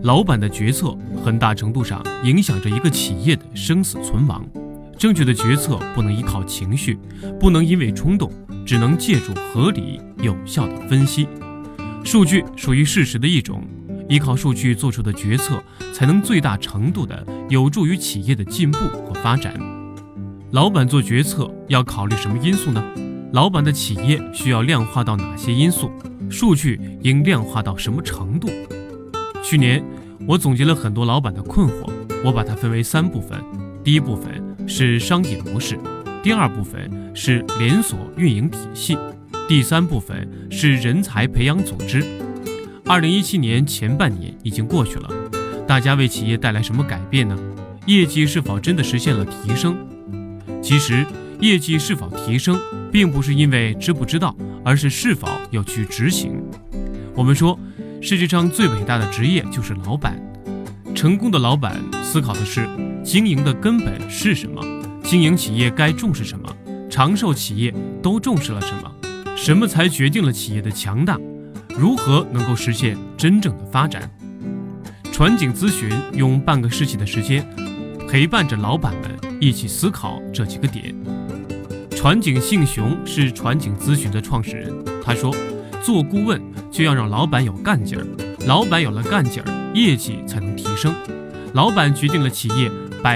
老板的决策很大程度上影响着一个企业的生死存亡。正确的决策不能依靠情绪，不能因为冲动，只能借助合理有效的分析。数据属于事实的一种，依靠数据做出的决策才能最大程度地有助于企业的进步和发展。老板做决策要考虑什么因素呢？老板的企业需要量化到哪些因素？数据应量化到什么程度？去年我总结了很多老板的困惑，我把它分为3部分。第一部分是商业模式，第2部分是连锁运营体系，第3部分是人才培养组织。2017年前半年已经过去了，大家为企业带来什么改变呢？业绩是否真的实现了提升？其实业绩是否提升并不是因为知不知道，而是是否有去执行。我们说世界上最伟大的职业就是老板，成功的老板思考的是经营的根本是什么，经营企业该重视什么，长寿企业都重视了什么，什么才决定了企业的强大，如何能够实现真正的发展。传景咨询用半个世纪的时间陪伴着老板们一起思考这几个点。传景信雄是传景咨询的创始人，他说做顾问就要让老板有干劲儿，老板有了干劲儿，业绩才能提升。老板决定了企业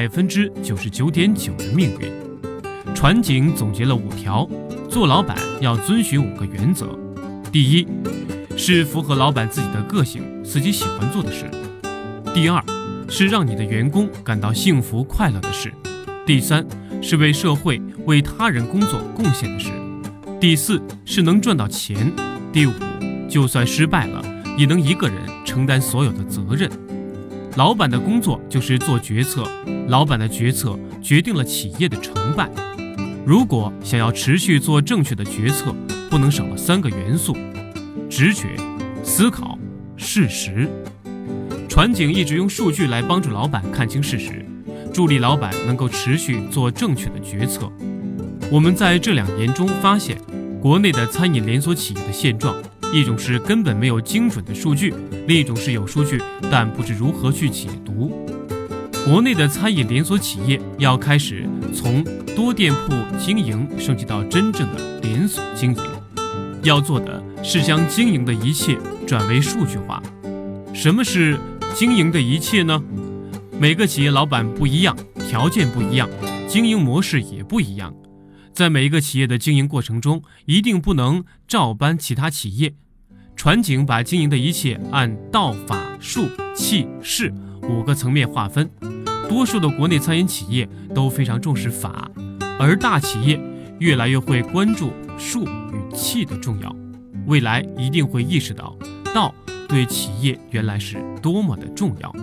99.9%的命运。传景总结了5条，做老板要遵循5个原则。第一，是符合老板自己的个性，自己喜欢做的事。第2，是让你的员工感到幸福快乐的事。第3，是为社会为他人工作贡献的事。第4，是能赚到钱。第5，就算失败了也能一个人承担所有的责任。老板的工作就是做决策，老板的决策决定了企业的成败。如果想要持续做正确的决策，不能少了3个元素：直觉、思考、事实。传景一直用数据来帮助老板看清事实，助力老板能够持续做正确的决策。我们在这2年中发现，国内的餐饮连锁企业的现状，一种是根本没有精准的数据，另一种是有数据但不知如何去解读。国内的餐饮连锁企业要开始从多店铺经营升级到真正的连锁经营，要做的是将经营的一切转为数据化。什么是经营的一切呢？每个企业老板不一样，条件不一样，经营模式也不一样。在每一个企业的经营过程中，一定不能照搬其他企业。传景把经营的一切按道、法、术、器、事5个层面划分。多数的国内餐饮企业都非常重视法，而大企业越来越会关注术与器的重要。未来一定会意识到道对企业原来是多么的重要。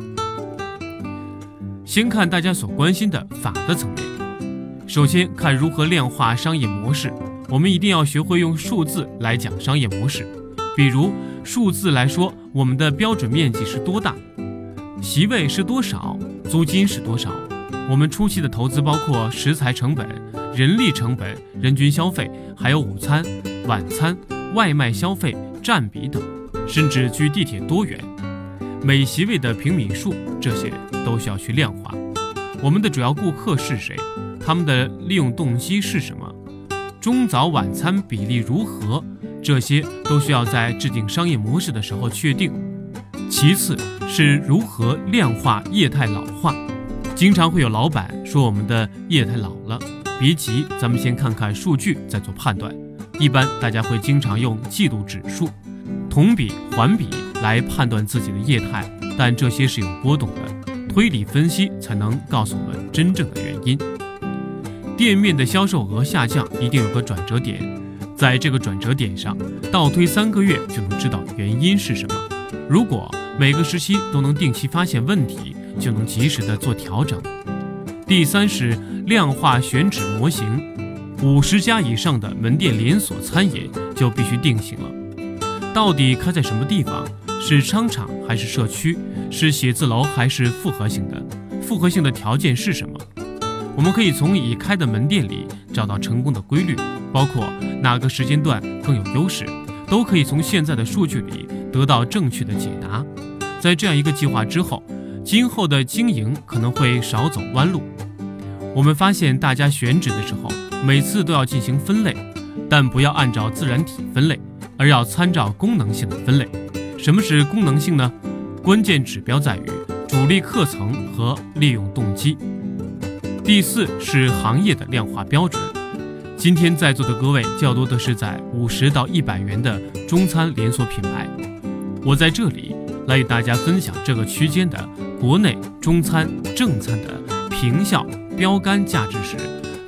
先看大家所关心的法的层面。首先看如何量化商业模式，我们一定要学会用数字来讲商业模式。比如数字来说，我们的标准面积是多大，席位是多少，租金是多少。我们初期的投资包括食材成本、人力成本、人均消费，还有午餐、晚餐、外卖消费占比等，甚至距地铁多远，每席位的平米数，这些都需要去量化。我们的主要顾客是谁？他们的利用动机是什么？中早晚餐比例如何？这些都需要在制定商业模式的时候确定。其次是如何量化业态老化。经常会有老板说我们的业态老了，别急，咱们先看看数据再做判断。一般大家会经常用季度指数、同比、环比来判断自己的业态，但这些是有波动的，推理分析才能告诉我们真正的原因。店面的销售额下降一定有个转折点，在这个转折点上倒推3个月就能知道原因是什么。如果每个时期都能定期发现问题，就能及时的做调整。第3是量化选址模型，50家以上的门店连锁餐饮就必须定型了。到底开在什么地方？是商场还是社区？是写字楼还是复合型的？复合性的条件是什么？我们可以从已开的门店里找到成功的规律，包括哪个时间段更有优势，都可以从现在的数据里得到正确的解答。 在这样一个计划之后，今后的经营可能会少走弯路。我们发现大家选址的时候，每次都要进行分类，但不要按照自然体分类，而要参照功能性的分类。什么是功能性呢？关键指标在于主力客层和利用动机。第四是行业的量化标准。今天在座的各位较多的是在50到100元的中餐连锁品牌，我在这里来与大家分享这个区间的国内中餐正餐的平效标杆价值是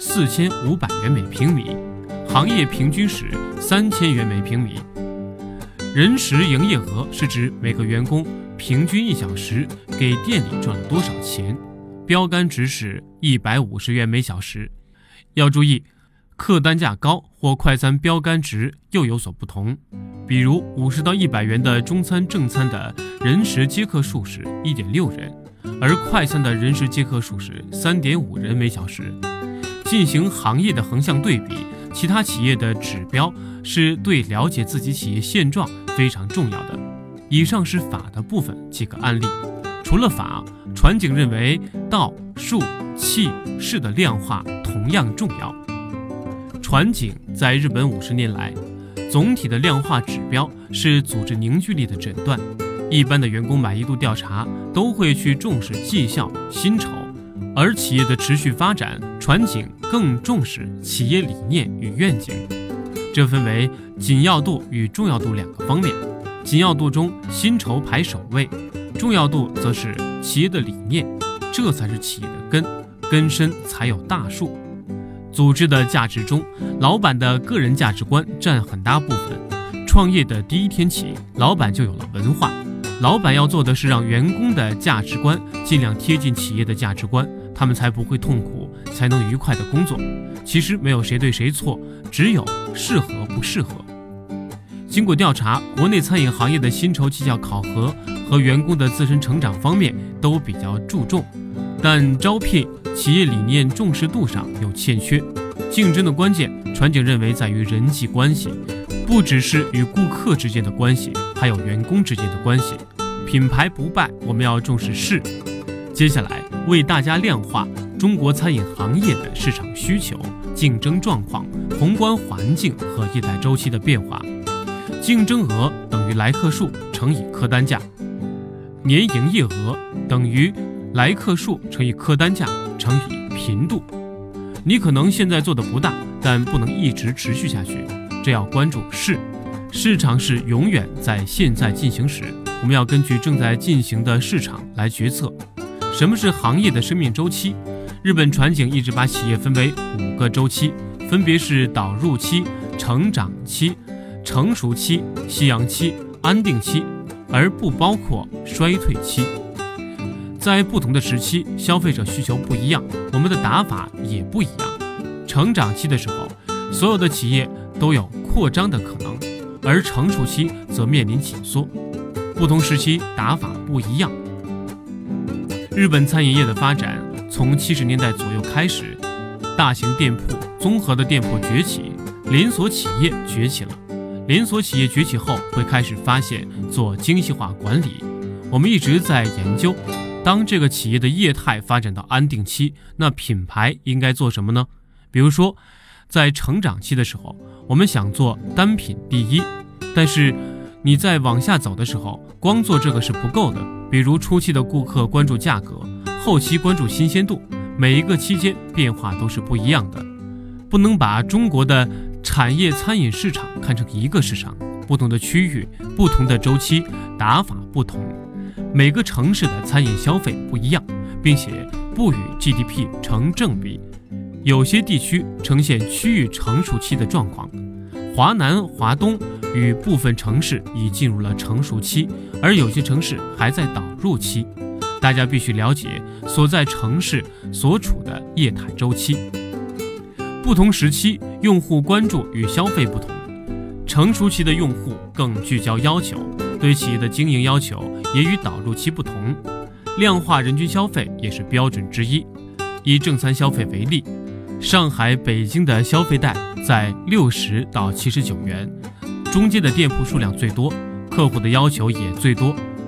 4500元每平米，行业平均是3000元每平米。人时营业额是指每个员工平均1小时给店里赚了多少钱，标杆值是150元每小时。要注意，客单价高或快餐标杆值又有所不同，比如50到100元的中餐正餐的人时接客数是 1.6 人，而快餐的人时接客数是 3.5 人每小时。进行行业的横向对比，其他企业的指标是对了解自己企业现状非常重要的。以上是法的部分几个案例。除了法，船井认为道、术、器、势的量化同样重要。船井在日本50年来，总体的量化指标是组织凝聚力的诊断。一般的员工满意度调查都会去重视绩效、薪酬，而企业的持续发展，船井更重视企业理念与愿景。这分为紧要度与重要度2个方面。紧要度中，薪酬排首位，重要度则是企业的理念，这才是企业的根，根深才有大树。组织的价值中，老板的个人价值观占很大部分。创业的第一天起，老板就有了文化。老板要做的是让员工的价值观尽量贴近企业的价值观，他们才不会痛苦，才能愉快的工作。其实没有谁对谁错，只有适合不适合。经过调查，国内餐饮行业的薪酬绩效考核和员工的自身成长方面都比较注重，但招聘企业理念重视度上有欠缺。竞争的关键，船井认为在于人际关系，不只是与顾客之间的关系，还有员工之间的关系。品牌不败，我们要重视势。接下来为大家量化中国餐饮行业的市场需求、竞争状况、宏观环境和业态周期的变化。竞争额等于来客数乘以客单价，年营业额等于来客数乘以客单价乘以频度。你可能现在做的不大，但不能一直持续下去，这要关注势。市场是永远在现在进行时，我们要根据正在进行的市场来决策。什么是行业的生命周期？日本船井一直把企业分为5个周期，分别是导入期、成长期、成熟期、夕阳期、安定期，而不包括衰退期。在不同的时期，消费者需求不一样，我们的打法也不一样。成长期的时候，所有的企业都有扩张的可能，而成熟期则面临紧缩。不同时期打法不一样。日本餐饮业的发展从70年代左右开始，大型店铺、综合的店铺崛起，连锁企业崛起了。连锁企业崛起后，会开始发现做精细化管理。我们一直在研究，当这个企业的业态发展到安定期，那品牌应该做什么呢？比如说，在成长期的时候，我们想做单品第一，但是你在往下走的时候，光做这个是不够的。比如初期的顾客关注价格，后期关注新鲜度，每一个期间变化都是不一样的。不能把中国的产业餐饮市场看成一个市场，不同的区域、不同的周期，打法不同。每个城市的餐饮消费不一样，并且不与 GDP 成正比。有些地区呈现区域成熟期的状况，华南、华东与部分城市已进入了成熟期，而有些城市还在导入期。大家必须了解所在城市所处的业态周期。不同时期用户关注与消费不同，成熟期的用户更聚焦要求，对企业的经营要求也与导入期不同。量化人均消费也是标准之一。以正餐消费为例，上海、北京的消费带在60到79元，中间的店铺数量最多，客户的要求也最多，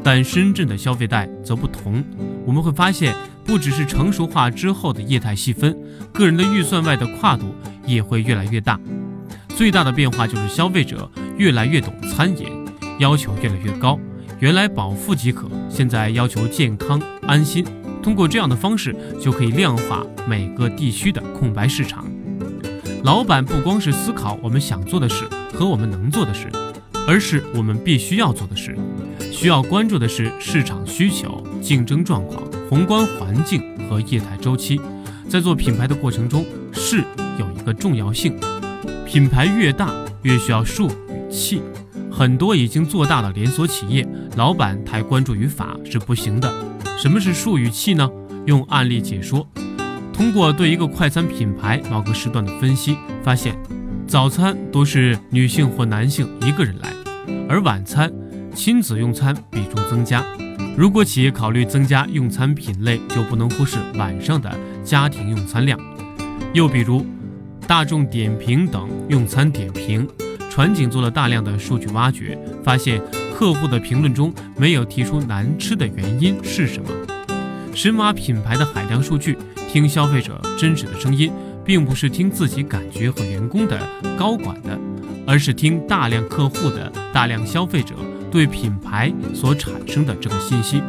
但深圳的消费带则不同，我们会发现，不只是成熟化之后的业态细分，个人的预算外的跨度也会越来越大。最大的变化就是消费者越来越懂餐饮，要求越来越高，原来饱腹即可，现在要求健康安心。通过这样的方式，就可以量化每个地区的空白市场。老板不光是思考我们想做的事和我们能做的事，而是我们必须要做的事。需要关注的是市场需求、竞争状况、宏观环境和业态周期。在做品牌的过程中，势有一个重要性，品牌越大越需要术与气。很多已经做大的连锁企业，老板太关注于法是不行的。什么是术与气呢？用案例解说。通过对一个快餐品牌某个时段的分析，发现早餐都是女性或男性一个人来，而晚餐亲子用餐比重增加。如果企业考虑增加用餐品类，就不能忽视晚上的家庭用餐量。又比如大众点评等用餐点评，船井做了大量的数据挖掘，发现客户的评论中没有提出难吃的原因是什么。深挖品牌的海量数据，听消费者真实的声音，并不是听自己感觉和员工的高管的，而是听大量客户的大量消费者对品牌所产生的这个信息。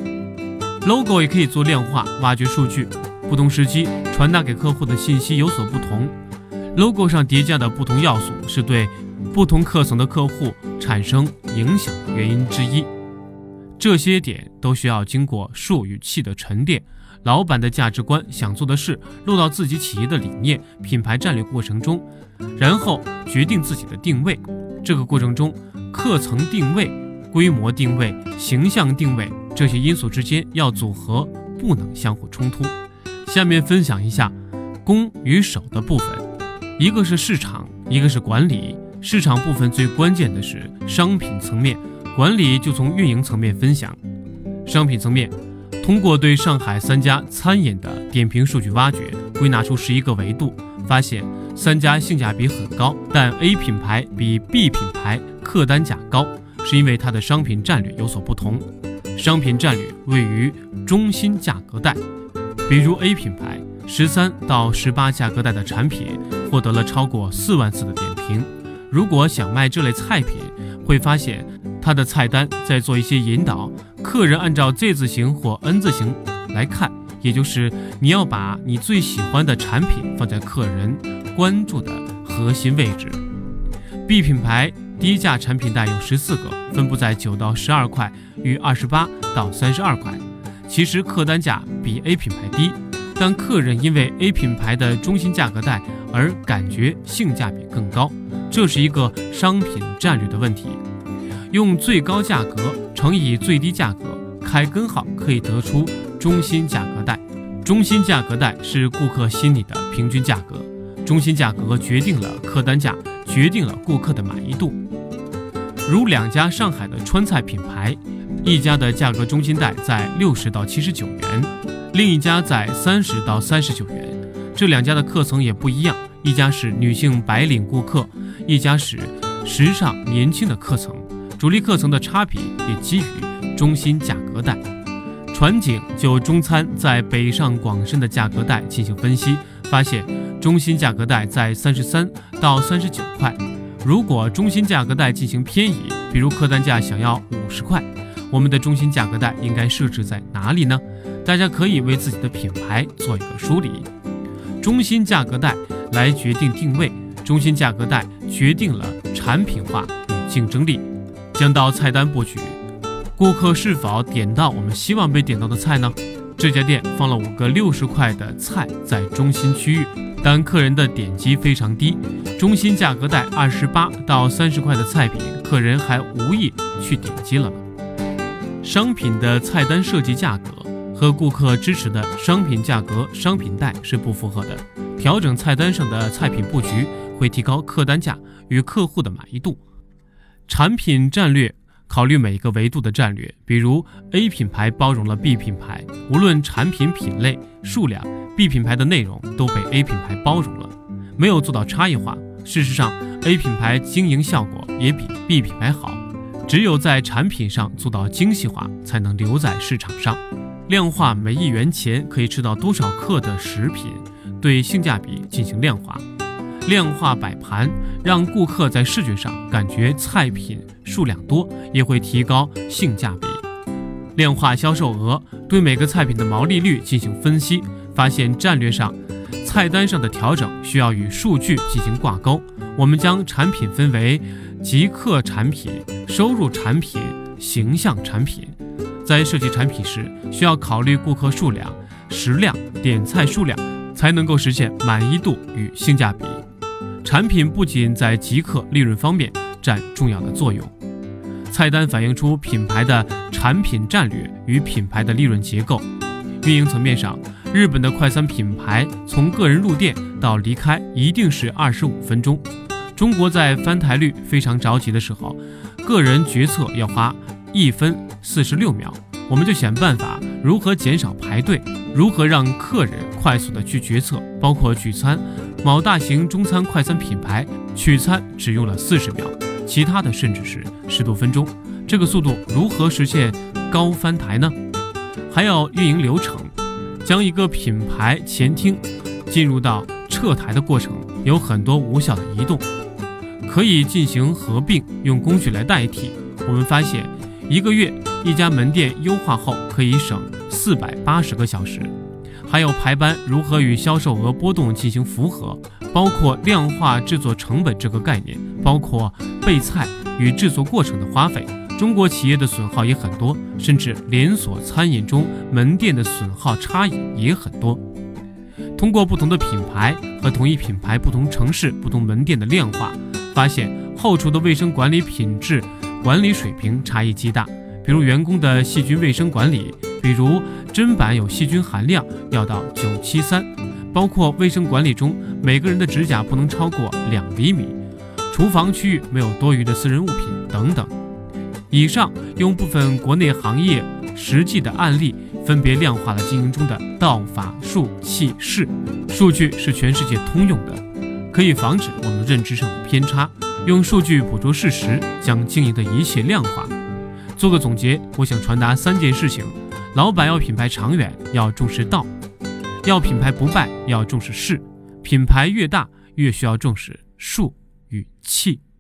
logo 也可以做量化，挖掘数据，不同时期传达给客户的信息有所不同。 logo 上叠加的不同要素是对不同课层的客户产生影响的原因之一。这些点都需要经过术与气的沉淀，老板的价值观、想做的事落到自己企业的理念、品牌战略过程中，然后决定自己的定位。这个过程中，课层定位、规模定位、形象定位这些因素之间要组合，不能相互冲突。下面分享一下攻与守的部分，一个是市场，一个是管理。市场部分最关键的是商品层面，管理就从运营层面分享。商品层面，通过对上海3家餐饮的点评数据挖掘，归纳出11个维度，发现3家性价比很高，但 A 品牌比 B 品牌客单价高，是因为它的商品战略有所不同。商品战略位于中心价格带，比如 A 品牌13到18价格带的产品获得了超过4万次的点评。如果想卖这类菜品，会发现它的菜单在做一些引导，客人按照 Z 字形或 N 字形来看，也就是你要把你最喜欢的产品放在客人关注的核心位置。 B 品牌低价产品带有14个，分布在9到12块与28到32块，其实客单价比 A 品牌低，但客人因为 A 品牌的中心价格带而感觉性价比更高，这是一个商品战略的问题。用最高价格乘以最低价格开根号，可以得出中心价格带。中心价格带是顾客心里的平均价格，中心价格决定了客单价，决定了顾客的满意度。如2家上海的川菜品牌，一家的价格中心带在60到79元，另一家在30到39元。这2家的课层也不一样，一家是女性白领顾客，一家是时尚年轻的课层。主力课层的差别也基于中心价格带。船井就中餐在北上广深的价格带进行分析，发现中心价格带在33到39块。如果中心价格带进行偏移，比如客单价想要50块，我们的中心价格带应该设置在哪里呢？大家可以为自己的品牌做一个梳理。中心价格带来决定定位，中心价格带决定了产品化与竞争力。讲到菜单布局，顾客是否点到我们希望被点到的菜呢？这家店放了5个60块的菜在中心区域，但客人的点击非常低，中心价格带28到30块的菜品，客人还无意去点击了呢。商品的菜单设计价格和顾客支持的商品价格、商品带是不符合的。调整菜单上的菜品布局，会提高客单价与客户的满意度。产品战略考虑每个维度的战略，比如 A 品牌包容了 B 品牌，无论产品品类、数量， B 品牌的内容都被 A 品牌包容了，没有做到差异化。事实上 A 品牌经营效果也比 B 品牌好， 只有在产品上做到精细化，才能留在市场上。量化每1元钱可以吃到多少克的食品，对性价比进行量化。量化摆盘，让顾客在视觉上感觉菜品数量多，也会提高性价比。量化销售额，对每个菜品的毛利率进行分析，发现战略上菜单上的调整需要与数据进行挂钩。我们将产品分为即刻产品、收入产品、形象产品。在设计产品时，需要考虑顾客数量、食量、点菜数量，才能够实现满意度与性价比。产品不仅在即刻利润方面占重要的作用，菜单反映出品牌的产品战略与品牌的利润结构。运营层面上，日本的快餐品牌从个人入店到离开一定是25分钟。中国在翻台率非常着急的时候，个人决策要花1分46秒，我们就想办法如何减少排队，如何让客人快速的去决策，包括取餐。某大型中餐快餐品牌取餐只用了40秒，其他的甚至是10多分钟。这个速度如何实现高翻台呢？还要运营流程，将一个品牌前厅进入到撤台的过程，有很多无效的移动，可以进行合并，用工具来代替。我们发现1个月一家门店优化后可以省480个小时。还有排班如何与销售额波动进行符合，包括量化制作成本这个概念，包括备菜与制作过程的花费。中国企业的损耗也很多，甚至连锁餐饮中门店的损耗差异也很多。通过不同的品牌和同一品牌不同城市不同门店的量化，发现后厨的卫生管理品质管理水平差异极大，比如员工的细菌卫生管理，比如砧板有细菌含量要到973，包括卫生管理中每个人的指甲不能超过2厘米，厨房区域没有多余的私人物品等等。以上用部分国内行业实际的案例，分别量化了经营中的道法术器势。数据是全世界通用的，可以防止我们认知上的偏差，用数据捕捉事实，将经营的一切量化。做个总结，我想传达3件事情：老板要品牌长远，要重视道；要品牌不败，要重视势；品牌越大，越需要重视术与器。